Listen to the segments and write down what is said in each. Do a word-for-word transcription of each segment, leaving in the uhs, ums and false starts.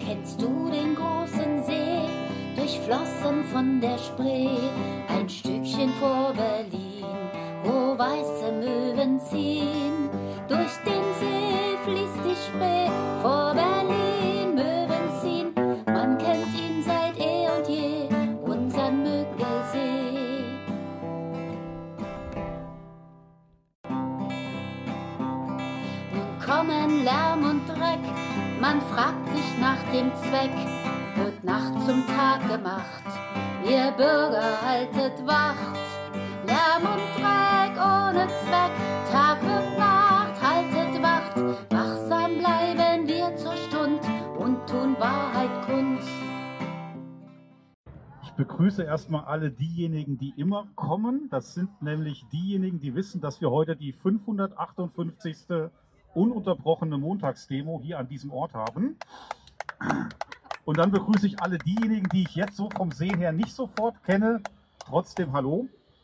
Kennst du den großen See, durchflossen von der Spree, ein Stückchen vor Berlin, wo weiße Möwen ziehen? Durch den See fließt die Spree, vor Berlin Möwen ziehen. Man kennt ihn seit eh und je, unseren Müggelsee. Nun kommen Lärm und Dreck, man fragt sich nach dem Zweck. Wird Nacht zum Tag gemacht, ihr Bürger haltet Wacht. Lärm und Dreck ohne Zweck, Tag wird Nacht, haltet Wacht. Wachsam bleiben wir zur Stund und tun Wahrheit kund. Ich begrüße erstmal alle diejenigen, die immer kommen. Das sind nämlich diejenigen, die wissen, dass wir heute die fünfhundertachtundfünfzigste ununterbrochene Montagsdemo hier an diesem Ort haben. Und dann begrüße ich alle diejenigen, die ich jetzt so vom Sehen her nicht sofort kenne. Trotzdem hallo.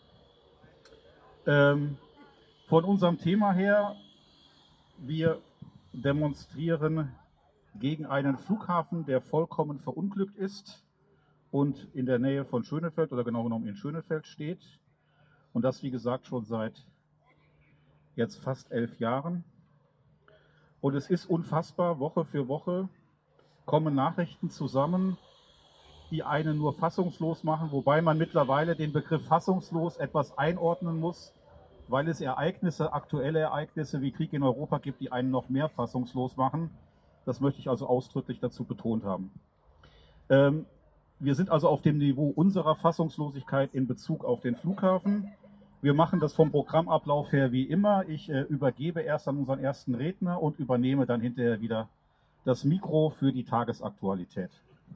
Ähm, von unserem Thema her, wir demonstrieren gegen einen Flughafen, der vollkommen verunglückt ist und in der Nähe von Schönefeld oder genau genommen in Schönefeld steht. Und das, wie gesagt, schon seit jetzt fast elf Jahren. Und es ist unfassbar, Woche für Woche kommen Nachrichten zusammen, die einen nur fassungslos machen, wobei man mittlerweile den Begriff fassungslos etwas einordnen muss, weil es Ereignisse, aktuelle Ereignisse wie Krieg in Europa gibt, die einen noch mehr fassungslos machen. Das möchte ich also ausdrücklich dazu betont haben. Ähm, wir sind also auf dem Niveau unserer Fassungslosigkeit in Bezug auf den Flughafen. Wir machen das vom Programmablauf her wie immer. Ich äh, übergebe erst an unseren ersten Redner und übernehme dann hinterher wieder das Mikro für die Tagesaktualität.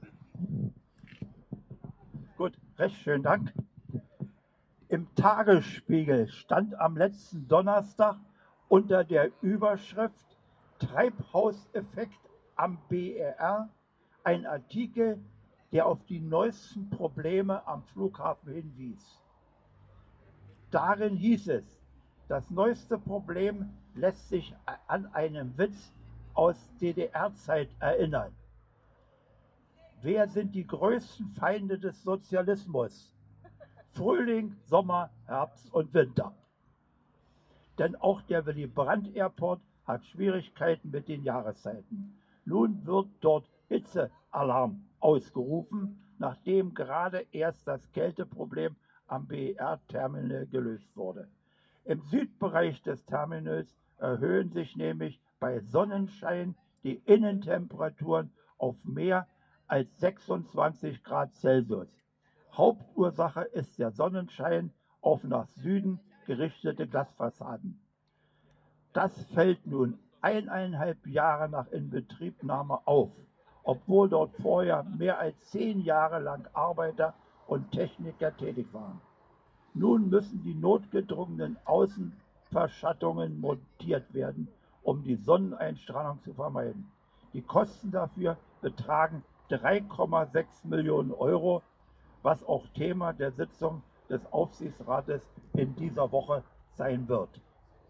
Gut, recht schönen Dank. Im Tagesspiegel stand am letzten Donnerstag unter der Überschrift Treibhauseffekt am B E R ein Artikel, der auf die neuesten Probleme am Flughafen hinwies. Darin hieß es, das neueste Problem lässt sich an einen Witz aus D D R-Zeit erinnern. Wer sind die größten Feinde des Sozialismus? Frühling, Sommer, Herbst und Winter. Denn auch der Willy Brandt Airport hat Schwierigkeiten mit den Jahreszeiten. Nun wird dort Hitzealarm ausgerufen, nachdem gerade erst das Kälteproblem am B E R-Terminal gelöst wurde. Im Südbereich des Terminals erhöhen sich nämlich bei Sonnenschein die Innentemperaturen auf mehr als sechsundzwanzig Grad Celsius. Hauptursache ist der Sonnenschein auf nach Süden gerichtete Glasfassaden. Das fällt nun eineinhalb Jahre nach Inbetriebnahme auf, obwohl dort vorher mehr als zehn Jahre lang Arbeiter und Techniker tätig waren. Nun müssen die notgedrungenen Außenverschattungen montiert werden, um die Sonneneinstrahlung zu vermeiden. Die Kosten dafür betragen drei Komma sechs Millionen Euro, was auch Thema der Sitzung des Aufsichtsrates in dieser Woche sein wird.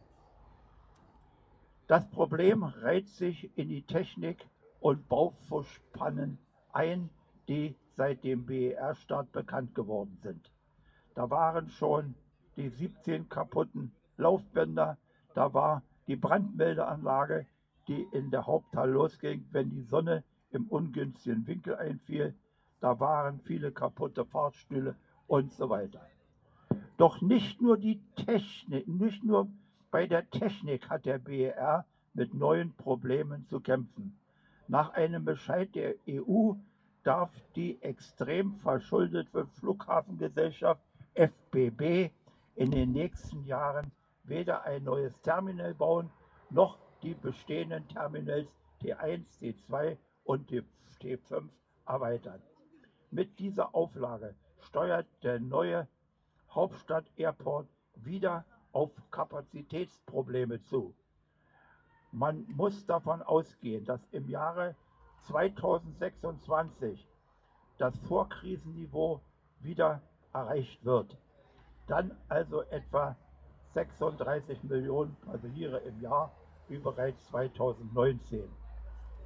Das Problem reiht sich in die Technik und Bauvorpannen ein, die seit dem B E R-Start bekannt geworden sind. Da waren schon die siebzehn kaputten Laufbänder, da war die Brandmeldeanlage, die in der Haupthalle losging, wenn die Sonne im ungünstigen Winkel einfiel, da waren viele kaputte Fahrstühle und so weiter. Doch nicht nur die Technik, nicht nur bei der Technik hat der B E R mit neuen Problemen zu kämpfen. Nach einem Bescheid der E U darf die extrem verschuldete Flughafengesellschaft F B B in den nächsten Jahren weder ein neues Terminal bauen, noch die bestehenden Terminals T eins, T zwei und T fünf erweitern. Mit dieser Auflage steuert der neue Hauptstadt-Airport wieder auf Kapazitätsprobleme zu. Man muss davon ausgehen, dass im Jahre zweitausendsechsundzwanzig das Vorkrisenniveau wieder erreicht wird. Dann also etwa sechsunddreißig Millionen Passagiere im Jahr, wie bereits zweitausendneunzehn.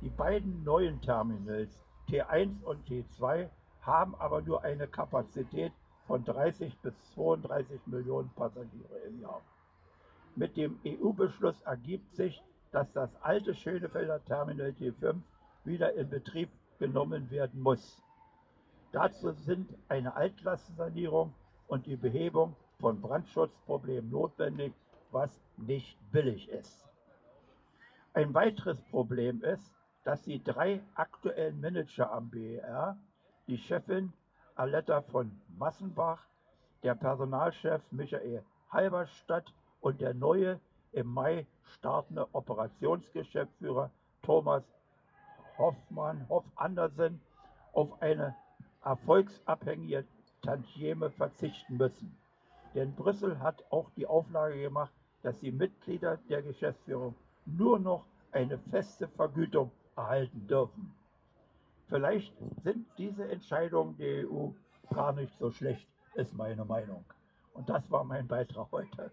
Die beiden neuen Terminals T eins und T zwei haben aber nur eine Kapazität von dreißig bis zweiunddreißig Millionen Passagiere im Jahr. Mit dem E U-Beschluss ergibt sich, dass das alte Schönefelder Terminal T fünf wieder in Betrieb genommen werden muss. Dazu sind eine Altlastensanierung und die Behebung von Brandschutzproblemen notwendig, was nicht billig ist. Ein weiteres Problem ist, dass die drei aktuellen Manager am B E R, die Chefin Aletta von Massenbach, der Personalchef Michael Halberstadt und der neue im Mai startende Operationsgeschäftsführer Thomas Hoffmann Hoff Andersen auf eine erfolgsabhängige Tantieme verzichten müssen. Denn Brüssel hat auch die Auflage gemacht, dass die Mitglieder der Geschäftsführung nur noch eine feste Vergütung erhalten dürfen. Vielleicht sind diese Entscheidungen der E U gar nicht so schlecht, ist meine Meinung. Und das war mein Beitrag heute.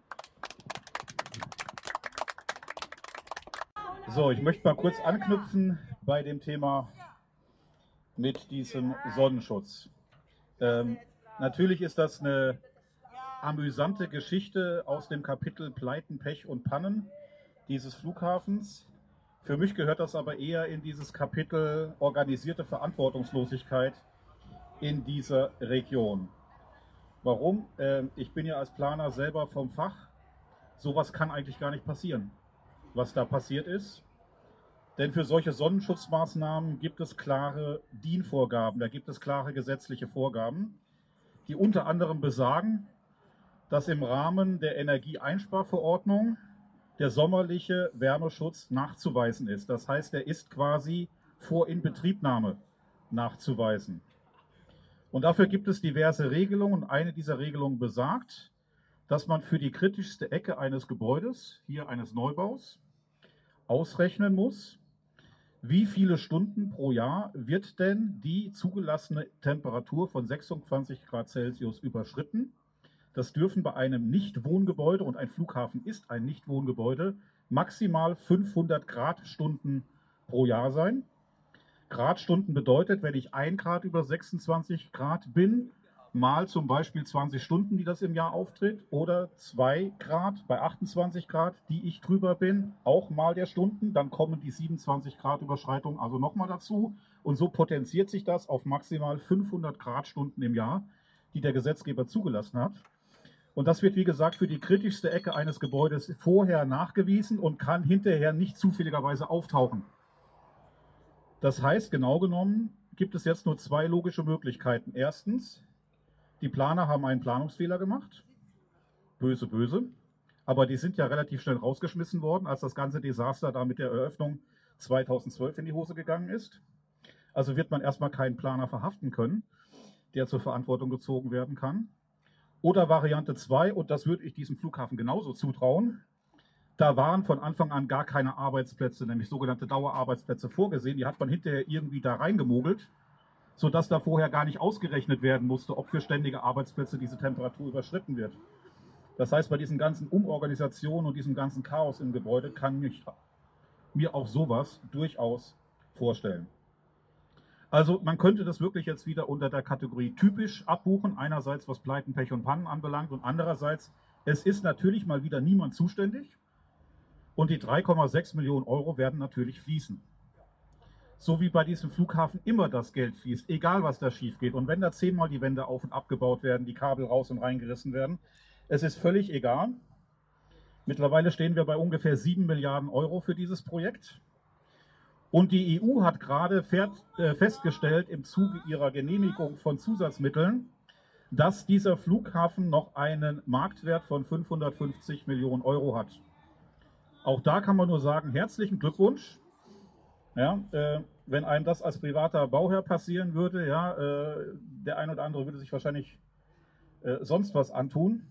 So, ich möchte mal kurz anknüpfen bei dem Thema mit diesem Sonnenschutz. Ähm, natürlich ist das eine amüsante Geschichte aus dem Kapitel Pleiten, Pech und Pannen dieses Flughafens. Für mich gehört das aber eher in dieses Kapitel organisierte Verantwortungslosigkeit in dieser Region. Warum? Ähm, ich bin ja als Planer selber vom Fach. Sowas kann eigentlich gar nicht passieren, was da passiert ist. Denn für solche Sonnenschutzmaßnahmen gibt es klare D I N-Vorgaben, da gibt es klare gesetzliche Vorgaben, die unter anderem besagen, dass im Rahmen der Energieeinsparverordnung der sommerliche Wärmeschutz nachzuweisen ist. Das heißt, er ist quasi vor Inbetriebnahme nachzuweisen. Und dafür gibt es diverse Regelungen. Und eine dieser Regelungen besagt, dass man für die kritischste Ecke eines Gebäudes, hier eines Neubaus, ausrechnen muss, wie viele Stunden pro Jahr wird denn die zugelassene Temperatur von sechsundzwanzig Grad Celsius überschritten. Das dürfen bei einem Nichtwohngebäude, und ein Flughafen ist ein Nichtwohngebäude, maximal fünfhundert Gradstunden pro Jahr sein. Gradstunden bedeutet, wenn ich ein Grad über sechsundzwanzig Grad bin, mal zum Beispiel zwanzig Stunden, die das im Jahr auftritt, oder zwei Grad bei achtundzwanzig Grad, die ich drüber bin, auch mal der Stunden, dann kommen die siebenundzwanzig Grad Überschreitung also nochmal dazu. Und so potenziert sich das auf maximal fünfhundert Gradstunden im Jahr, die der Gesetzgeber zugelassen hat. Und das wird, wie gesagt, für die kritischste Ecke eines Gebäudes vorher nachgewiesen und kann hinterher nicht zufälligerweise auftauchen. Das heißt, genau genommen gibt es jetzt nur zwei logische Möglichkeiten. Erstens, die Planer haben einen Planungsfehler gemacht. Böse, böse. Aber die sind ja relativ schnell rausgeschmissen worden, als das ganze Desaster da mit der Eröffnung zweitausendzwölf in die Hose gegangen ist. Also wird man erstmal keinen Planer verhaften können, der zur Verantwortung gezogen werden kann. Oder Variante zwei, und das würde ich diesem Flughafen genauso zutrauen, da waren von Anfang an gar keine Arbeitsplätze, nämlich sogenannte Dauerarbeitsplätze vorgesehen. Die hat man hinterher irgendwie da reingemogelt, sodass da vorher gar nicht ausgerechnet werden musste, ob für ständige Arbeitsplätze diese Temperatur überschritten wird. Das heißt, bei diesen ganzen Umorganisationen und diesem ganzen Chaos im Gebäude kann ich mir auch sowas durchaus vorstellen. Also man könnte das wirklich jetzt wieder unter der Kategorie typisch abbuchen. Einerseits, was Pleiten, Pech und Pannen anbelangt, und andererseits, es ist natürlich mal wieder niemand zuständig und die drei Komma sechs Millionen Euro werden natürlich fließen. So wie bei diesem Flughafen immer das Geld fließt, egal was da schief geht. Und wenn da zehnmal die Wände auf und abgebaut werden, die Kabel raus und reingerissen werden, es ist völlig egal. Mittlerweile stehen wir bei ungefähr sieben Milliarden Euro für dieses Projekt. Und die E U hat gerade festgestellt im Zuge ihrer Genehmigung von Zusatzmitteln, dass dieser Flughafen noch einen Marktwert von fünfhundertfünfzig Millionen Euro hat. Auch da kann man nur sagen, herzlichen Glückwunsch. Ja, äh, wenn einem das als privater Bauherr passieren würde, ja, äh, der ein oder andere würde sich wahrscheinlich äh, sonst was antun.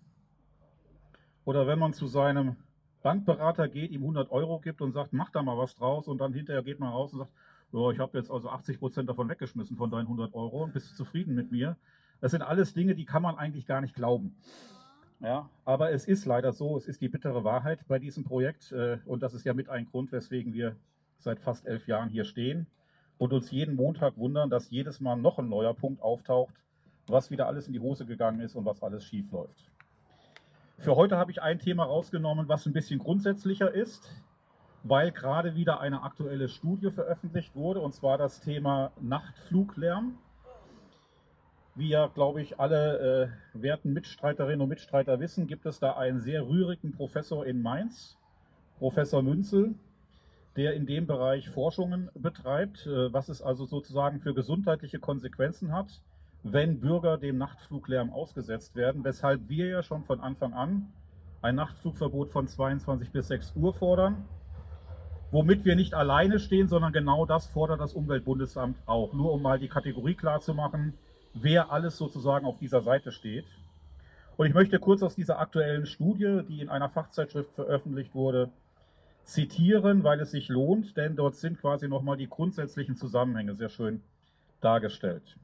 Oder wenn man zu seinem Bankberater geht, ihm hundert Euro gibt und sagt, mach da mal was draus, und dann hinterher geht man raus und sagt, oh, ich habe jetzt also achtzig Prozent davon weggeschmissen von deinen hundert Euro und bist du zufrieden mit mir? Das sind alles Dinge, die kann man eigentlich gar nicht glauben. Ja, aber es ist leider so, es ist die bittere Wahrheit bei diesem Projekt, äh, und das ist ja mit ein Grund, weswegen wir seit fast elf Jahren hier stehen und uns jeden Montag wundern, dass jedes Mal noch ein neuer Punkt auftaucht, was wieder alles in die Hose gegangen ist und was alles schief läuft. Für heute habe ich ein Thema rausgenommen, was ein bisschen grundsätzlicher ist, weil gerade wieder eine aktuelle Studie veröffentlicht wurde, und zwar das Thema Nachtfluglärm. Wie ja, glaube ich, alle äh, werten Mitstreiterinnen und Mitstreiter wissen, gibt es da einen sehr rührigen Professor in Mainz, Professor Münzel, der in dem Bereich Forschungen betreibt, äh, was es also sozusagen für gesundheitliche Konsequenzen hat, wenn Bürger dem Nachtfluglärm ausgesetzt werden, weshalb wir ja schon von Anfang an ein Nachtflugverbot von zweiundzwanzig bis sechs Uhr fordern, womit wir nicht alleine stehen, sondern genau das fordert das Umweltbundesamt auch. Nur um mal die Kategorie klar zu machen, wer alles sozusagen auf dieser Seite steht. Und ich möchte kurz aus dieser aktuellen Studie, die in einer Fachzeitschrift veröffentlicht wurde, zitieren, weil es sich lohnt, denn dort sind quasi nochmal die grundsätzlichen Zusammenhänge sehr schön dargestellt.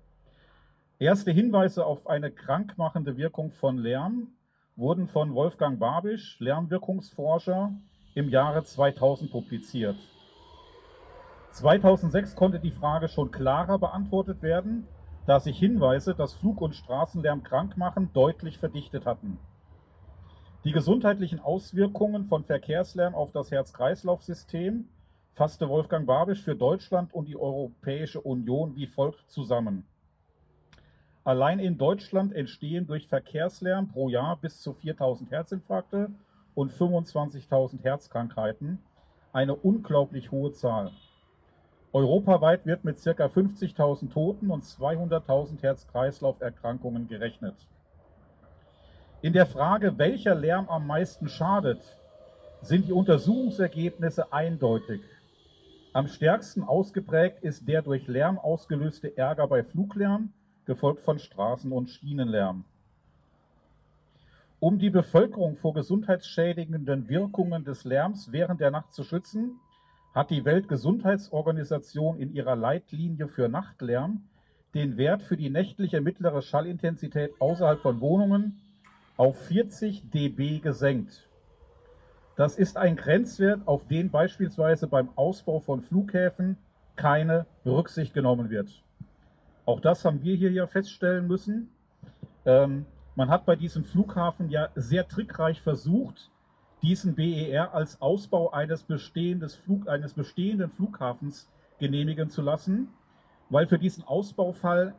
Erste Hinweise auf eine krankmachende Wirkung von Lärm wurden von Wolfgang Babisch, Lärmwirkungsforscher, im Jahre zweitausend publiziert. zweitausendsechs konnte die Frage schon klarer beantwortet werden, da sich Hinweise, dass Flug- und Straßenlärm krank machen, deutlich verdichtet hatten. Die gesundheitlichen Auswirkungen von Verkehrslärm auf das Herz-Kreislauf-System fasste Wolfgang Babisch für Deutschland und die Europäische Union wie folgt zusammen. Allein in Deutschland entstehen durch Verkehrslärm pro Jahr bis zu viertausend Herzinfarkte und fünfundzwanzigtausend Herzkrankheiten, eine unglaublich hohe Zahl. Europaweit wird mit ca. fünfzigtausend Toten und zweihunderttausend Herz-Kreislauf-Erkrankungen gerechnet. In der Frage, welcher Lärm am meisten schadet, sind die Untersuchungsergebnisse eindeutig. Am stärksten ausgeprägt ist der durch Lärm ausgelöste Ärger bei Fluglärm, gefolgt von Straßen- und Schienenlärm. Um die Bevölkerung vor gesundheitsschädigenden Wirkungen des Lärms während der Nacht zu schützen, hat die Weltgesundheitsorganisation in ihrer Leitlinie für Nachtlärm den Wert für die nächtliche mittlere Schallintensität außerhalb von Wohnungen auf vierzig Dezibel gesenkt. Das ist ein Grenzwert, auf den beispielsweise beim Ausbau von Flughäfen keine Rücksicht genommen wird. Auch das haben wir hier ja feststellen müssen. Ähm, man hat bei diesem Flughafen ja sehr trickreich versucht, diesen B E R als Ausbau eines, bestehendes Flug, eines bestehenden Flughafens genehmigen zu lassen, weil für diesen Ausbaufall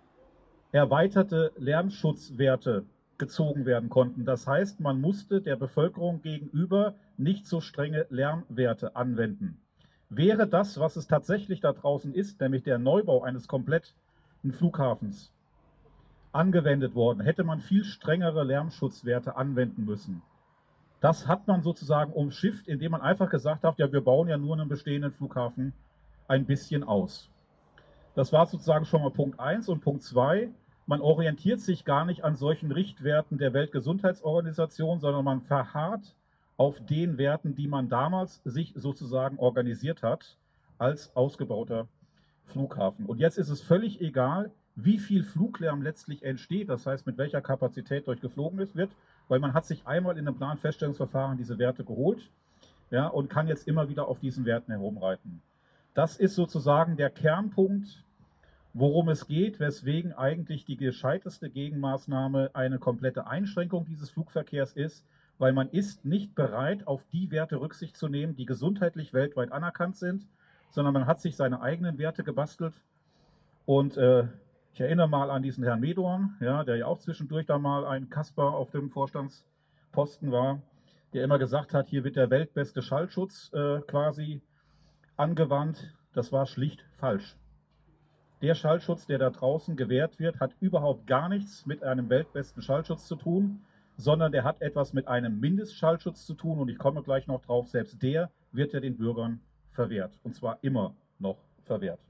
erweiterte Lärmschutzwerte gezogen werden konnten. Das heißt, man musste der Bevölkerung gegenüber nicht so strenge Lärmwerte anwenden. Wäre das, was es tatsächlich da draußen ist, nämlich der Neubau eines kompletten Flughafens, angewendet worden, hätte man viel strengere Lärmschutzwerte anwenden müssen. Das hat man sozusagen umschifft, indem man einfach gesagt hat, ja, wir bauen ja nur einen bestehenden Flughafen ein bisschen aus. Das war sozusagen schon mal Punkt eins. Und Punkt zwei, man orientiert sich gar nicht an solchen Richtwerten der Weltgesundheitsorganisation, sondern man verharrt auf den Werten, die man damals sich sozusagen organisiert hat als ausgebauter Flughafen. Und jetzt ist es völlig egal, wie viel Fluglärm letztlich entsteht, das heißt, mit welcher Kapazität dort geflogen ist, wird, weil man hat sich einmal in einem Planfeststellungsverfahren diese Werte geholt, ja, und kann jetzt immer wieder auf diesen Werten herumreiten. Das ist sozusagen der Kernpunkt, worum es geht, weswegen eigentlich die gescheiteste Gegenmaßnahme eine komplette Einschränkung dieses Flugverkehrs ist, weil man ist nicht bereit, auf die Werte Rücksicht zu nehmen, die gesundheitlich weltweit anerkannt sind, sondern man hat sich seine eigenen Werte gebastelt. Und äh, ich erinnere mal an diesen Herrn Medorn, ja, der ja auch zwischendurch da mal ein Kasper auf dem Vorstandsposten war, der immer gesagt hat, hier wird der weltbeste Schallschutz äh, quasi angewandt. Das war schlicht falsch. Der Schallschutz, der da draußen gewährt wird, hat überhaupt gar nichts mit einem weltbesten Schallschutz zu tun, sondern der hat etwas mit einem Mindestschallschutz zu tun. Und ich komme gleich noch drauf, selbst der wird ja den Bürgern verwehrt. Und zwar immer noch verwehrt.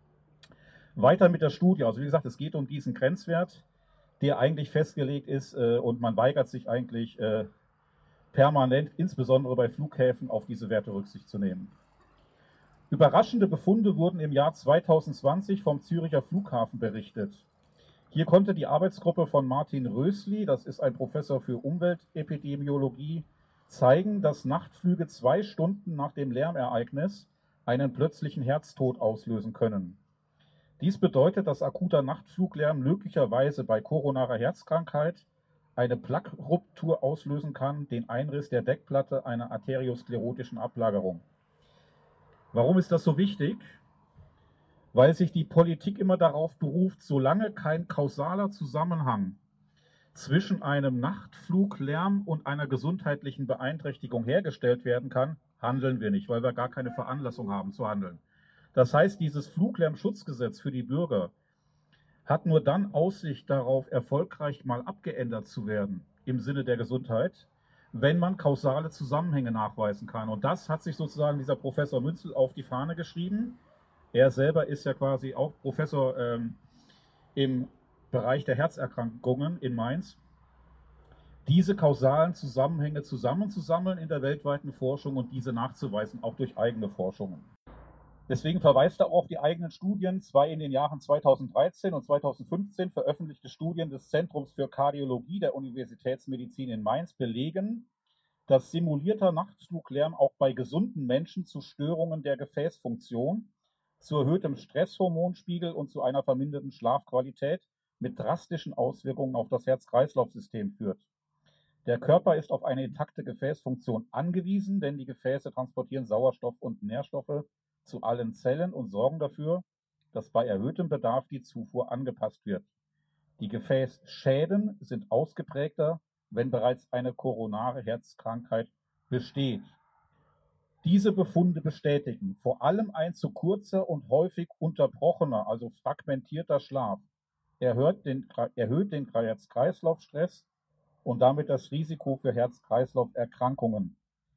Weiter mit der Studie. Also wie gesagt, es geht um diesen Grenzwert, der eigentlich festgelegt ist äh, und man weigert sich eigentlich äh, permanent, insbesondere bei Flughäfen, auf diese Werte Rücksicht zu nehmen. Überraschende Befunde wurden im Jahr zweitausendzwanzig vom Züricher Flughafen berichtet. Hier konnte die Arbeitsgruppe von Martin Rösli, das ist ein Professor für Umweltepidemiologie, zeigen, dass Nachtflüge zwei Stunden nach dem Lärmereignis einen plötzlichen Herztod auslösen können. Dies bedeutet, dass akuter Nachtfluglärm möglicherweise bei koronarer Herzkrankheit eine Plaqueruptur auslösen kann, den Einriss der Deckplatte einer arteriosklerotischen Ablagerung. Warum ist das so wichtig? Weil sich die Politik immer darauf beruft, solange kein kausaler Zusammenhang zwischen einem Nachtfluglärm und einer gesundheitlichen Beeinträchtigung hergestellt werden kann, handeln wir nicht, weil wir gar keine Veranlassung haben zu handeln. Das heißt, dieses Fluglärmschutzgesetz für die Bürger hat nur dann Aussicht darauf, erfolgreich mal abgeändert zu werden im Sinne der Gesundheit, wenn man kausale Zusammenhänge nachweisen kann. Und das hat sich sozusagen dieser Professor Münzel auf die Fahne geschrieben. Er selber ist ja quasi auch Professor ähm, im Bereich der Herzerkrankungen in Mainz. Diese kausalen Zusammenhänge zusammenzusammeln in der weltweiten Forschung und diese nachzuweisen, auch durch eigene Forschungen. Deswegen verweist er auch auf die eigenen Studien, zwei in den Jahren zweitausenddreizehn und zweitausendfünfzehn veröffentlichte Studien des Zentrums für Kardiologie der Universitätsmedizin in Mainz belegen, dass simulierter Nachtfluglärm auch bei gesunden Menschen zu Störungen der Gefäßfunktion, zu erhöhtem Stresshormonspiegel und zu einer verminderten Schlafqualität mit drastischen Auswirkungen auf das Herz-Kreislauf-System führt. Der Körper ist auf eine intakte Gefäßfunktion angewiesen, denn die Gefäße transportieren Sauerstoff und Nährstoffe zu allen Zellen und sorgen dafür, dass bei erhöhtem Bedarf die Zufuhr angepasst wird. Die Gefäßschäden sind ausgeprägter, wenn bereits eine koronare Herzkrankheit besteht. Diese Befunde bestätigen vor allem ein zu kurzer und häufig unterbrochener, also fragmentierter Schlaf, erhöht den, erhöht den Herz-Kreislauf-Stress und damit das Risiko für Herz-Kreislauf-Erkrankungen.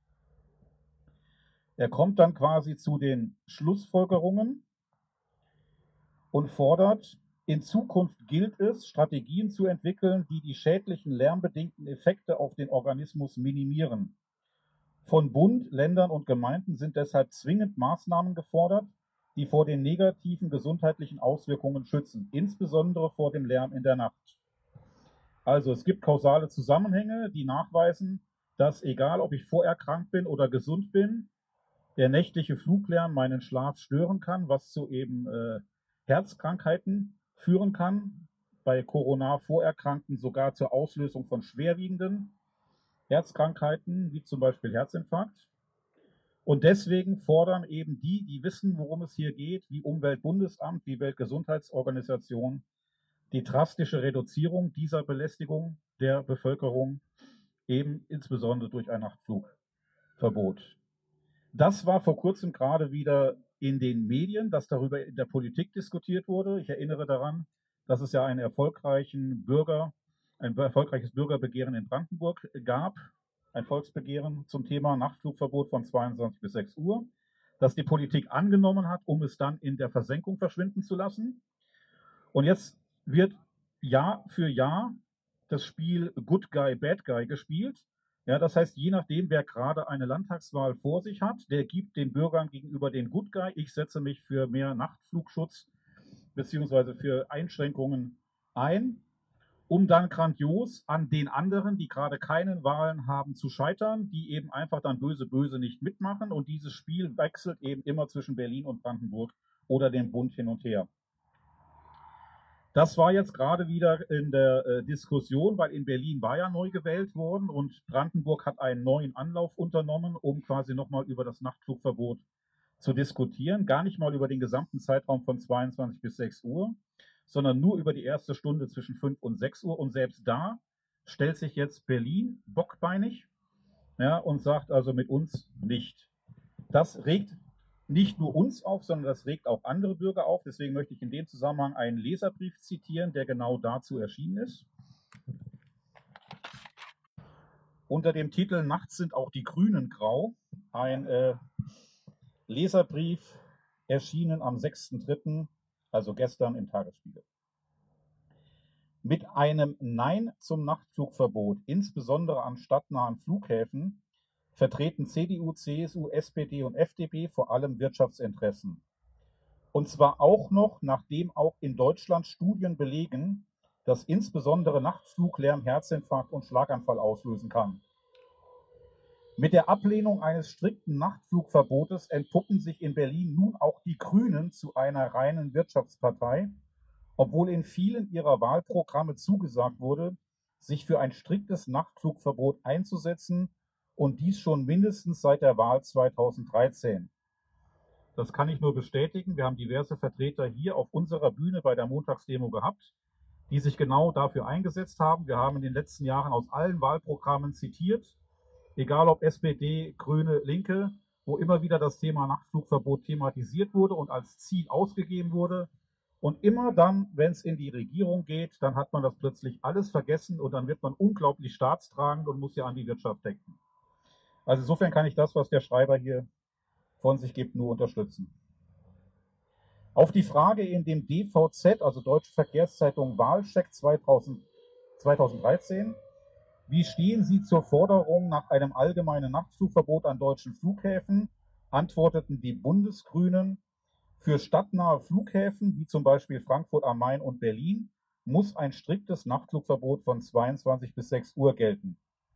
Er kommt dann quasi zu den Schlussfolgerungen und fordert, in Zukunft gilt es, Strategien zu entwickeln, die die schädlichen lärmbedingten Effekte auf den Organismus minimieren. Von Bund, Ländern und Gemeinden sind deshalb zwingend Maßnahmen gefordert, die vor den negativen gesundheitlichen Auswirkungen schützen, insbesondere vor dem Lärm in der Nacht. Also es gibt kausale Zusammenhänge, die nachweisen, dass egal ob ich vorerkrankt bin oder gesund bin, der nächtliche Fluglärm meinen Schlaf stören kann, was zu eben äh, Herzkrankheiten führen kann, bei Corona-Vorerkrankten sogar zur Auslösung von schwerwiegenden Herzkrankheiten, wie zum Beispiel Herzinfarkt. Und deswegen fordern eben die, die wissen, worum es hier geht, wie Umweltbundesamt, wie Weltgesundheitsorganisation, die drastische Reduzierung dieser Belästigung der Bevölkerung, eben insbesondere durch ein Nachtflugverbot. Das war vor kurzem gerade wieder in den Medien, dass darüber in der Politik diskutiert wurde. Ich erinnere daran, dass es ja einen erfolgreichen Bürger, ein erfolgreiches Bürgerbegehren in Brandenburg gab, ein Volksbegehren zum Thema Nachtflugverbot von zweiundzwanzig bis sechs Uhr, das die Politik angenommen hat, um es dann in der Versenkung verschwinden zu lassen. Und jetzt wird Jahr für Jahr das Spiel Good Guy, Bad Guy gespielt. Ja, das heißt, je nachdem, wer gerade eine Landtagswahl vor sich hat, der gibt den Bürgern gegenüber den Good Guy. Ich setze mich für mehr Nachtflugschutz bzw. für Einschränkungen ein, um dann grandios an den anderen, die gerade keine Wahlen haben, zu scheitern, die eben einfach dann böse, böse nicht mitmachen. Und dieses Spiel wechselt eben immer zwischen Berlin und Brandenburg oder dem Bund hin und her. Das war jetzt gerade wieder in der äh, Diskussion, weil in Berlin war ja neu gewählt worden und Brandenburg hat einen neuen Anlauf unternommen, um quasi nochmal über das Nachtflugverbot zu diskutieren. Gar nicht mal über den gesamten Zeitraum von zweiundzwanzig bis sechs Uhr, sondern nur über die erste Stunde zwischen fünf und sechs Uhr. Und selbst da stellt sich jetzt Berlin bockbeinig, ja, und sagt also mit uns nicht. Das regt nicht nur uns auf, sondern das regt auch andere Bürger auf. Deswegen möchte ich in dem Zusammenhang einen Leserbrief zitieren, der genau dazu erschienen ist. Unter dem Titel Nachts sind auch die Grünen grau. Ein äh, Leserbrief erschienen am sechsten dritten, also gestern im Tagesspiegel. Mit einem Nein zum Nachtflugverbot, insbesondere an stadtnahen Flughäfen, vertreten C D U, C S U, S P D und F D P vor allem Wirtschaftsinteressen. Und zwar auch noch, nachdem auch in Deutschland Studien belegen, dass insbesondere Nachtfluglärm Herzinfarkt und Schlaganfall auslösen kann. Mit der Ablehnung eines strikten Nachtflugverbotes entpuppen sich in Berlin nun auch die Grünen zu einer reinen Wirtschaftspartei, obwohl in vielen ihrer Wahlprogramme zugesagt wurde, sich für ein striktes Nachtflugverbot einzusetzen, und dies schon mindestens seit der Wahl zweitausenddreizehn. Das kann ich nur bestätigen. Wir haben diverse Vertreter hier auf unserer Bühne bei der Montagsdemo gehabt, die sich genau dafür eingesetzt haben. Wir haben in den letzten Jahren aus allen Wahlprogrammen zitiert, egal ob S P D, Grüne, Linke, wo immer wieder das Thema Nachtflugverbot thematisiert wurde und als Ziel ausgegeben wurde. Und immer dann, wenn es in die Regierung geht, dann hat man das plötzlich alles vergessen und dann wird man unglaublich staatstragend und muss ja an die Wirtschaft denken. Also insofern kann ich das, was der Schreiber hier von sich gibt, nur unterstützen. Auf die Frage in dem D V Z, also Deutsche Verkehrszeitung Wahlcheck zweitausend, zweitausenddreizehn, wie stehen Sie zur Forderung nach einem allgemeinen Nachtflugverbot an deutschen Flughäfen, antworteten die Bundesgrünen: Für stadtnahe Flughäfen, wie zum Beispiel Frankfurt am Main und Berlin, muss ein striktes Nachtflugverbot von zweiundzwanzig bis sechs Uhr gelten.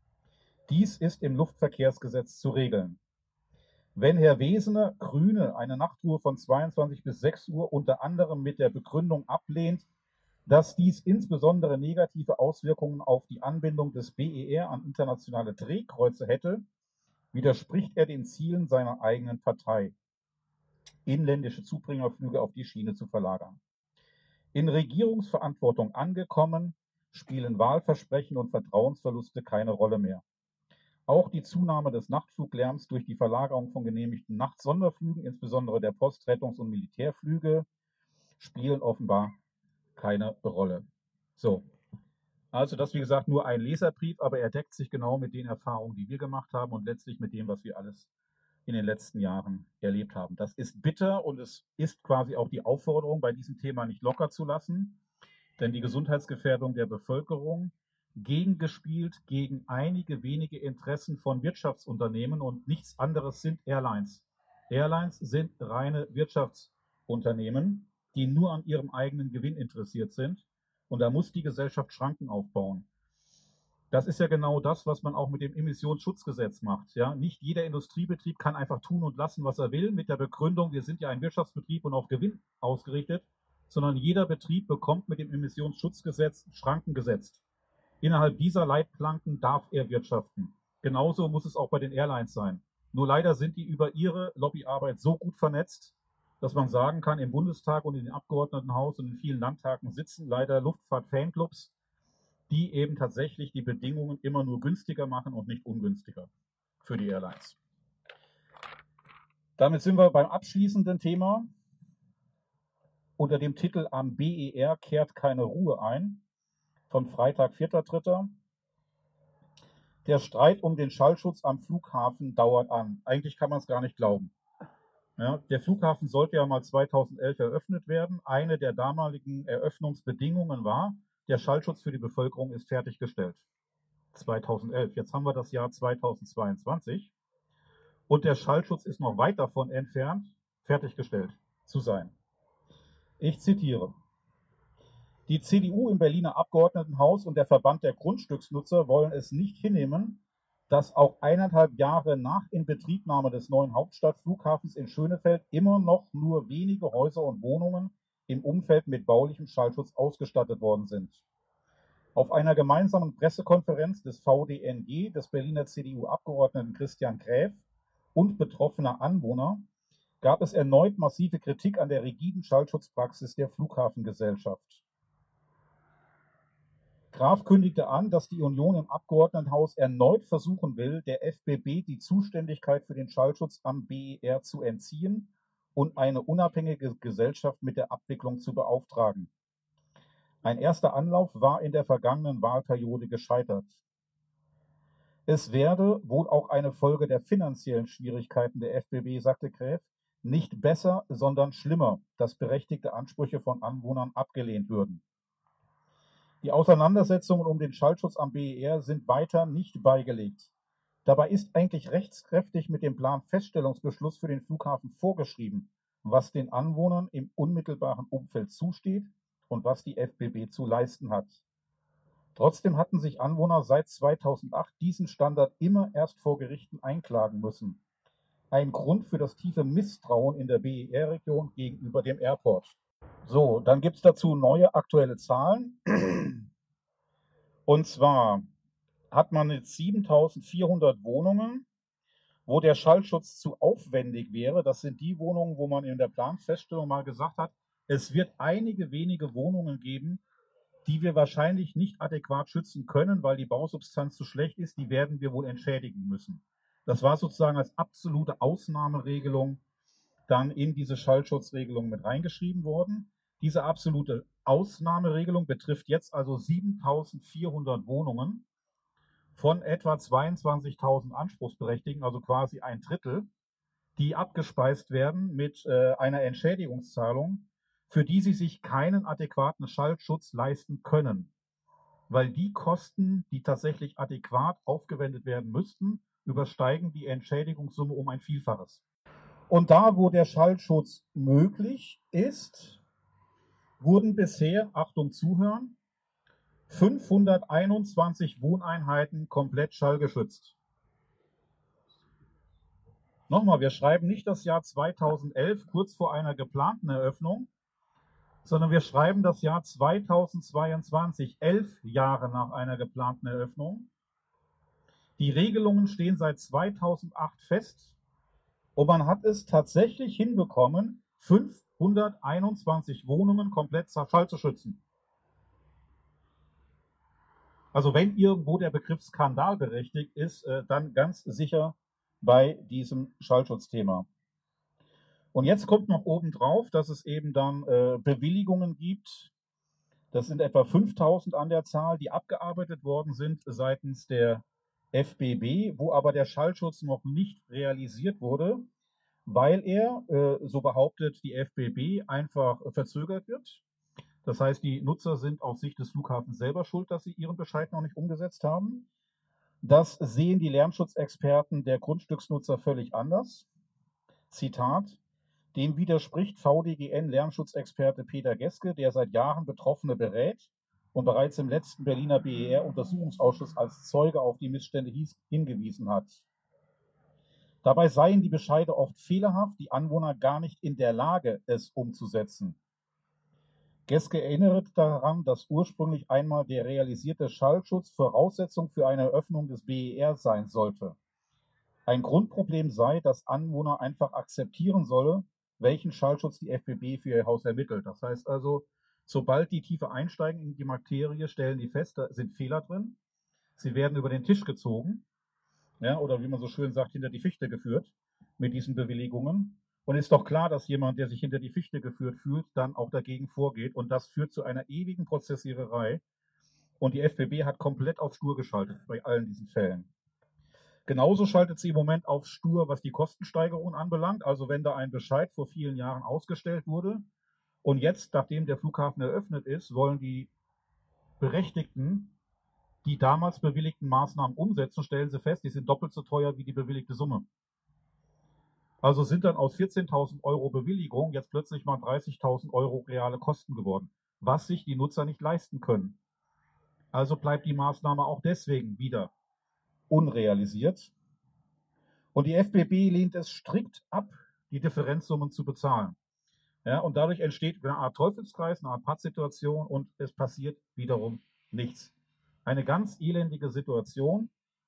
Dies ist im Luftverkehrsgesetz zu regeln. Wenn Herr Wesene, Grüne, eine Nachtruhe von zweiundzwanzig bis sechs Uhr unter anderem mit der Begründung ablehnt, dass dies insbesondere negative Auswirkungen auf die Anbindung des B E R an internationale Drehkreuze hätte, widerspricht er den Zielen seiner eigenen Partei, inländische Zubringerflüge auf die Schiene zu verlagern. In Regierungsverantwortung angekommen, spielen Wahlversprechen und Vertrauensverluste keine Rolle mehr. Auch die Zunahme des Nachtfluglärms durch die Verlagerung von genehmigten Nachtsonderflügen, insbesondere der Post-, Rettungs- und Militärflüge, spielen offenbar keine Rolle. So, also das, wie gesagt, nur ein Leserbrief, aber er deckt sich genau mit den Erfahrungen, die wir gemacht haben und letztlich mit dem, was wir alles in den letzten Jahren erlebt haben. Das ist bitter und es ist quasi auch die Aufforderung, bei diesem Thema nicht locker zu lassen, denn die Gesundheitsgefährdung der Bevölkerung gegengespielt gegen einige wenige Interessen von Wirtschaftsunternehmen, und nichts anderes sind Airlines. Airlines sind reine Wirtschaftsunternehmen, die nur an ihrem eigenen Gewinn interessiert sind, und da muss die Gesellschaft Schranken aufbauen. Das ist ja genau das, was man auch mit dem Emissionsschutzgesetz macht. Ja? Nicht jeder Industriebetrieb kann einfach tun und lassen, was er will, mit der Begründung, wir sind ja ein Wirtschaftsbetrieb und auf Gewinn ausgerichtet, sondern jeder Betrieb bekommt mit dem Emissionsschutzgesetz Schranken gesetzt. Innerhalb dieser Leitplanken darf er wirtschaften. Genauso muss es auch bei den Airlines sein. Nur leider sind die über ihre Lobbyarbeit so gut vernetzt, dass man sagen kann, im Bundestag und in dem Abgeordnetenhaus und in vielen Landtagen sitzen leider Luftfahrt-Fanclubs, die eben tatsächlich die Bedingungen immer nur günstiger machen und nicht ungünstiger für die Airlines. Damit sind wir beim abschließenden Thema unter dem Titel Am B E R kehrt keine Ruhe ein, von Freitag, vierter dritter Der Streit um den Schallschutz am Flughafen dauert an. Eigentlich kann man es gar nicht glauben. Ja, der Flughafen sollte ja mal zweitausendelf eröffnet werden. Eine der damaligen Eröffnungsbedingungen war, der Schallschutz für die Bevölkerung ist fertiggestellt. zweitausendelf. Jetzt haben wir das Jahr zweitausendzweiundzwanzig und der Schallschutz ist noch weit davon entfernt, fertiggestellt zu sein. Ich zitiere: Die C D U im Berliner Abgeordnetenhaus und der Verband der Grundstücksnutzer wollen es nicht hinnehmen, dass auch eineinhalb Jahre nach Inbetriebnahme des neuen Hauptstadtflughafens in Schönefeld immer noch nur wenige Häuser und Wohnungen im Umfeld mit baulichem Schallschutz ausgestattet worden sind. Auf einer gemeinsamen Pressekonferenz des V D N G, des Berliner C D U-Abgeordneten Christian Gräf und betroffener Anwohner, gab es erneut massive Kritik an der rigiden Schallschutzpraxis der Flughafengesellschaft. Graf kündigte an, dass die Union im Abgeordnetenhaus erneut versuchen will, der F B B die Zuständigkeit für den Schallschutz am B E R zu entziehen und eine unabhängige Gesellschaft mit der Abwicklung zu beauftragen. Ein erster Anlauf war in der vergangenen Wahlperiode gescheitert. Es werde, wohl auch eine Folge der finanziellen Schwierigkeiten der F B B, sagte Gräf, nicht besser, sondern schlimmer, dass berechtigte Ansprüche von Anwohnern abgelehnt würden. Die Auseinandersetzungen um den Schallschutz am B E R sind weiter nicht beigelegt. Dabei ist eigentlich rechtskräftig mit dem Planfeststellungsbeschluss für den Flughafen vorgeschrieben, was den Anwohnern im unmittelbaren Umfeld zusteht und was die F B B zu leisten hat. Trotzdem hatten sich Anwohner seit zweitausendacht diesen Standard immer erst vor Gerichten einklagen müssen. Ein Grund für das tiefe Misstrauen in der B E R-Region gegenüber dem Airport. So, dann gibt es dazu neue aktuelle Zahlen. Und zwar hat man jetzt siebentausendvierhundert Wohnungen, wo der Schallschutz zu aufwendig wäre. Das sind die Wohnungen, wo man in der Planfeststellung mal gesagt hat, es wird einige wenige Wohnungen geben, die wir wahrscheinlich nicht adäquat schützen können, weil die Bausubstanz zu schlecht ist. Die werden wir wohl entschädigen müssen. Das war sozusagen als absolute Ausnahmeregelung dann in diese Schallschutzregelung mit reingeschrieben worden. Diese absolute Ausnahmeregelung betrifft jetzt also siebentausendvierhundert Wohnungen von etwa zweiundzwanzigtausend Anspruchsberechtigten, also quasi ein Drittel, die abgespeist werden mit äh, einer Entschädigungszahlung, für die sie sich keinen adäquaten Schallschutz leisten können. Weil die Kosten, die tatsächlich adäquat aufgewendet werden müssten, übersteigen die Entschädigungssumme um ein Vielfaches. Und da, wo der Schallschutz möglich ist, wurden bisher, Achtung, zuhören, fünfhunderteinundzwanzig Wohneinheiten komplett schallgeschützt. Nochmal, wir schreiben nicht das Jahr zweitausendelf, kurz vor einer geplanten Eröffnung, sondern wir schreiben das Jahr zweitausendzweiundzwanzig, elf Jahre nach einer geplanten Eröffnung. Die Regelungen stehen seit zweitausendacht fest und man hat es tatsächlich hinbekommen, fünfhunderteinundzwanzig Wohnungen komplett schallzuschützen. Also wenn irgendwo der Begriff Skandal berechtigt ist, dann ganz sicher bei diesem Schallschutzthema. Und jetzt kommt noch obendrauf, dass es eben dann äh, Bewilligungen gibt. Das sind etwa fünftausend an der Zahl, die abgearbeitet worden sind seitens der F B B, wo aber der Schallschutz noch nicht realisiert wurde, weil er, äh, so behauptet die F B B, einfach verzögert wird. Das heißt, die Nutzer sind aus Sicht des Flughafens selber schuld, dass sie ihren Bescheid noch nicht umgesetzt haben. Das sehen die Lärmschutzexperten der Grundstücksnutzer völlig anders. Zitat: Dem widerspricht V D G N-Lärmschutzexperte Peter Geske, der seit Jahren Betroffene berät und bereits im letzten Berliner B E R-Untersuchungsausschuss als Zeuge auf die Missstände hingewiesen hat. Dabei seien die Bescheide oft fehlerhaft, die Anwohner gar nicht in der Lage, es umzusetzen. Geske erinnert daran, dass ursprünglich einmal der realisierte Schallschutz Voraussetzung für eine Eröffnung des B E R sein sollte. Ein Grundproblem sei, dass Anwohner einfach akzeptieren solle, welchen Schallschutz die F B B für ihr Haus ermittelt. Das heißt also, sobald die tiefer einsteigen in die Materie, stellen die fest, da sind Fehler drin. Sie werden über den Tisch gezogen, ja, oder wie man so schön sagt, hinter die Fichte geführt mit diesen Bewilligungen. Und ist doch klar, dass jemand, der sich hinter die Fichte geführt fühlt, dann auch dagegen vorgeht. Und das führt zu einer ewigen Prozessiererei. Und die F B B hat komplett auf stur geschaltet bei allen diesen Fällen. Genauso schaltet sie im Moment auf stur, was die Kostensteigerung anbelangt. Also wenn da ein Bescheid vor vielen Jahren ausgestellt wurde und jetzt, nachdem der Flughafen eröffnet ist, wollen die Berechtigten die damals bewilligten Maßnahmen umsetzen, stellen sie fest, die sind doppelt so teuer wie die bewilligte Summe. Also sind dann aus vierzehntausend Euro Bewilligung jetzt plötzlich mal dreißigtausend Euro reale Kosten geworden, was sich die Nutzer nicht leisten können. Also bleibt die Maßnahme auch deswegen wieder unrealisiert. Und die F B B lehnt es strikt ab, die Differenzsummen zu bezahlen. Ja, und dadurch entsteht eine Art Teufelskreis, eine Art Pattsituation und es passiert wiederum nichts. Eine ganz elendige Situation.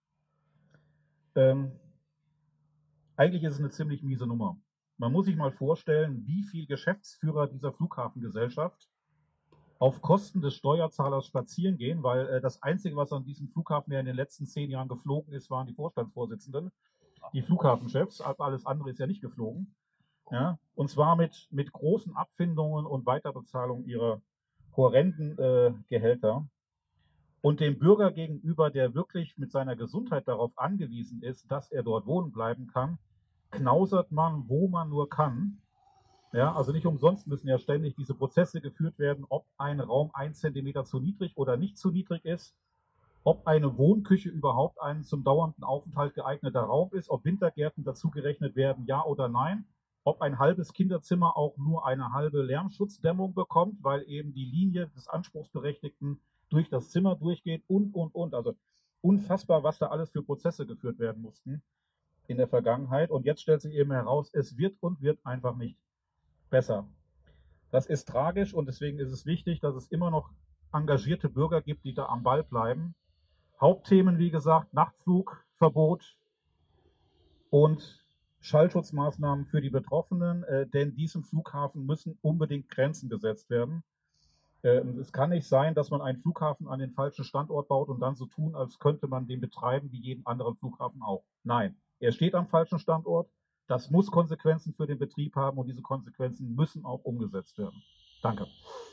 Ähm, eigentlich ist es eine ziemlich miese Nummer. Man muss sich mal vorstellen, wie viel Geschäftsführer dieser Flughafengesellschaft auf Kosten des Steuerzahlers spazieren gehen, weil äh, das Einzige, was an diesem Flughafen ja in den letzten zehn Jahren geflogen ist, waren die Vorstandsvorsitzenden, die Flughafenchefs. Alles andere ist ja nicht geflogen. Ja? Und zwar mit, mit großen Abfindungen und Weiterbezahlung ihrer horrenden äh, Gehälter. Und dem Bürger gegenüber, der wirklich mit seiner Gesundheit darauf angewiesen ist, dass er dort wohnen bleiben kann, knausert man, wo man nur kann. Ja, also nicht umsonst müssen ja ständig diese Prozesse geführt werden, ob ein Raum ein Zentimeter zu niedrig oder nicht zu niedrig ist, ob eine Wohnküche überhaupt ein zum dauernden Aufenthalt geeigneter Raum ist, ob Wintergärten dazugerechnet werden, ja oder nein, ob ein halbes Kinderzimmer auch nur eine halbe Lärmschutzdämmung bekommt, weil eben die Linie des Anspruchsberechtigten durch das Zimmer durchgeht und, und, und. Also unfassbar, was da alles für Prozesse geführt werden mussten in der Vergangenheit. Und jetzt stellt sich eben heraus, es wird und wird einfach nicht besser. Das ist tragisch und deswegen ist es wichtig, dass es immer noch engagierte Bürger gibt, die da am Ball bleiben. Hauptthemen, wie gesagt, Nachtflugverbot und Schallschutzmaßnahmen für die Betroffenen, äh, denn diesem Flughafen müssen unbedingt Grenzen gesetzt werden. Äh, es kann nicht sein, dass man einen Flughafen an den falschen Standort baut und dann so tun, als könnte man den betreiben wie jeden anderen Flughafen auch. Nein, er steht am falschen Standort. Das muss Konsequenzen für den Betrieb haben und diese Konsequenzen müssen auch umgesetzt werden. Danke.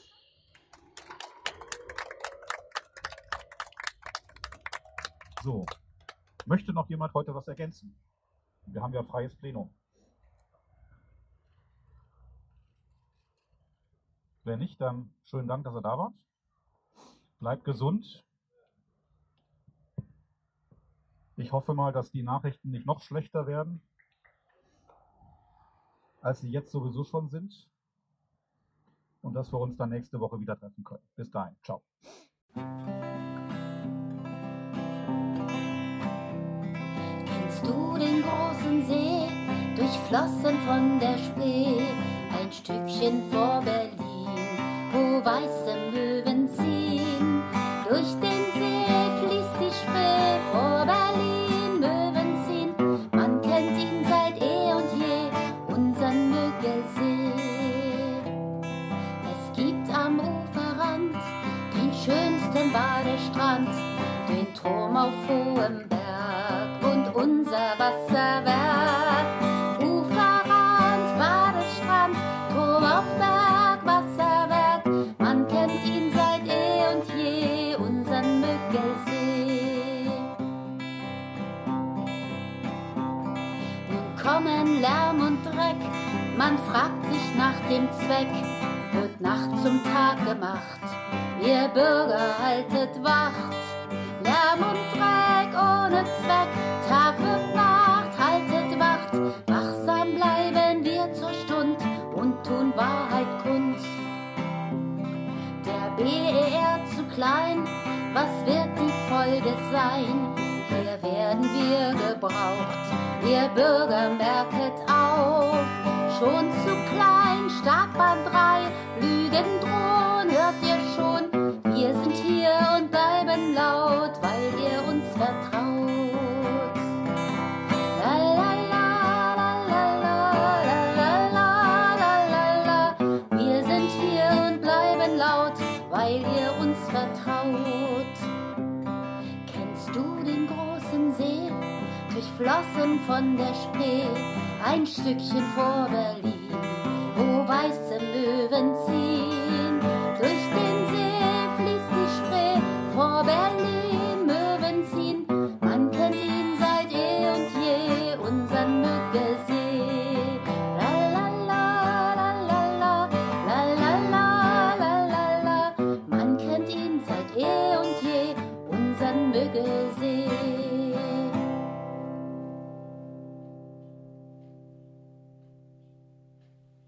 So, möchte noch jemand heute was ergänzen? Wir haben ja freies Plenum. Wenn nicht, dann schönen Dank, dass ihr da wart. Bleibt gesund. Ich hoffe mal, dass die Nachrichten nicht noch schlechter werden, als sie jetzt sowieso schon sind. Und dass wir uns dann nächste Woche wieder treffen können. Bis dahin. Ciao. Kennst du den großen See, durchflossen von der Spree, ein Stückchen vor Berlin, wo weiße Möwen ziehen? Durch den See fließt die Spree, vor Berlin Möwen ziehen. Man kennt ihn seit eh und je, unseren Müggelsee. Es gibt am Uferrand den schönsten Badestrand, den Turm auf hohem Berg und unser Wasserwerk. Uferrand, Badestrand, Turm auf Berg, Wasserwerk. Man kennt ihn seit eh und je, unseren Müggelsee. Nun kommen Lärm und Dreck, man fragt sich nach dem Zweck. Wird Nacht zum Tag gemacht, ihr Bürger haltet Wacht. Lärm und Dreck ohne Zweck, Tag wird Nacht, haltet Wacht. Wachsam bleiben wir zur Stund und tun Wahrheit kund. Der B E R zu klein, was wird die Folge sein? Hier werden wir gebraucht, ihr Bürger merket auf. Schon zu klein, Startbahn drei, Lügen drohen, hört ihr schon? Wir sind hier und bleiben laut, weil ihr uns vertraut. La la la la la la la la la la. Wir sind hier und bleiben laut, weil ihr uns vertraut. Kennst du den großen See, durchflossen von der Spree, ein Stückchen vor Berlin, wo weiße Möwen ziehen? Durch den See fließt die Spree, vor Berlin Möwen ziehen. Man kennt ihn seit eh und je, unseren Müggelsee. La la la la la la la la la la la. Man kennt ihn seit eh und je, unseren Müggelsee.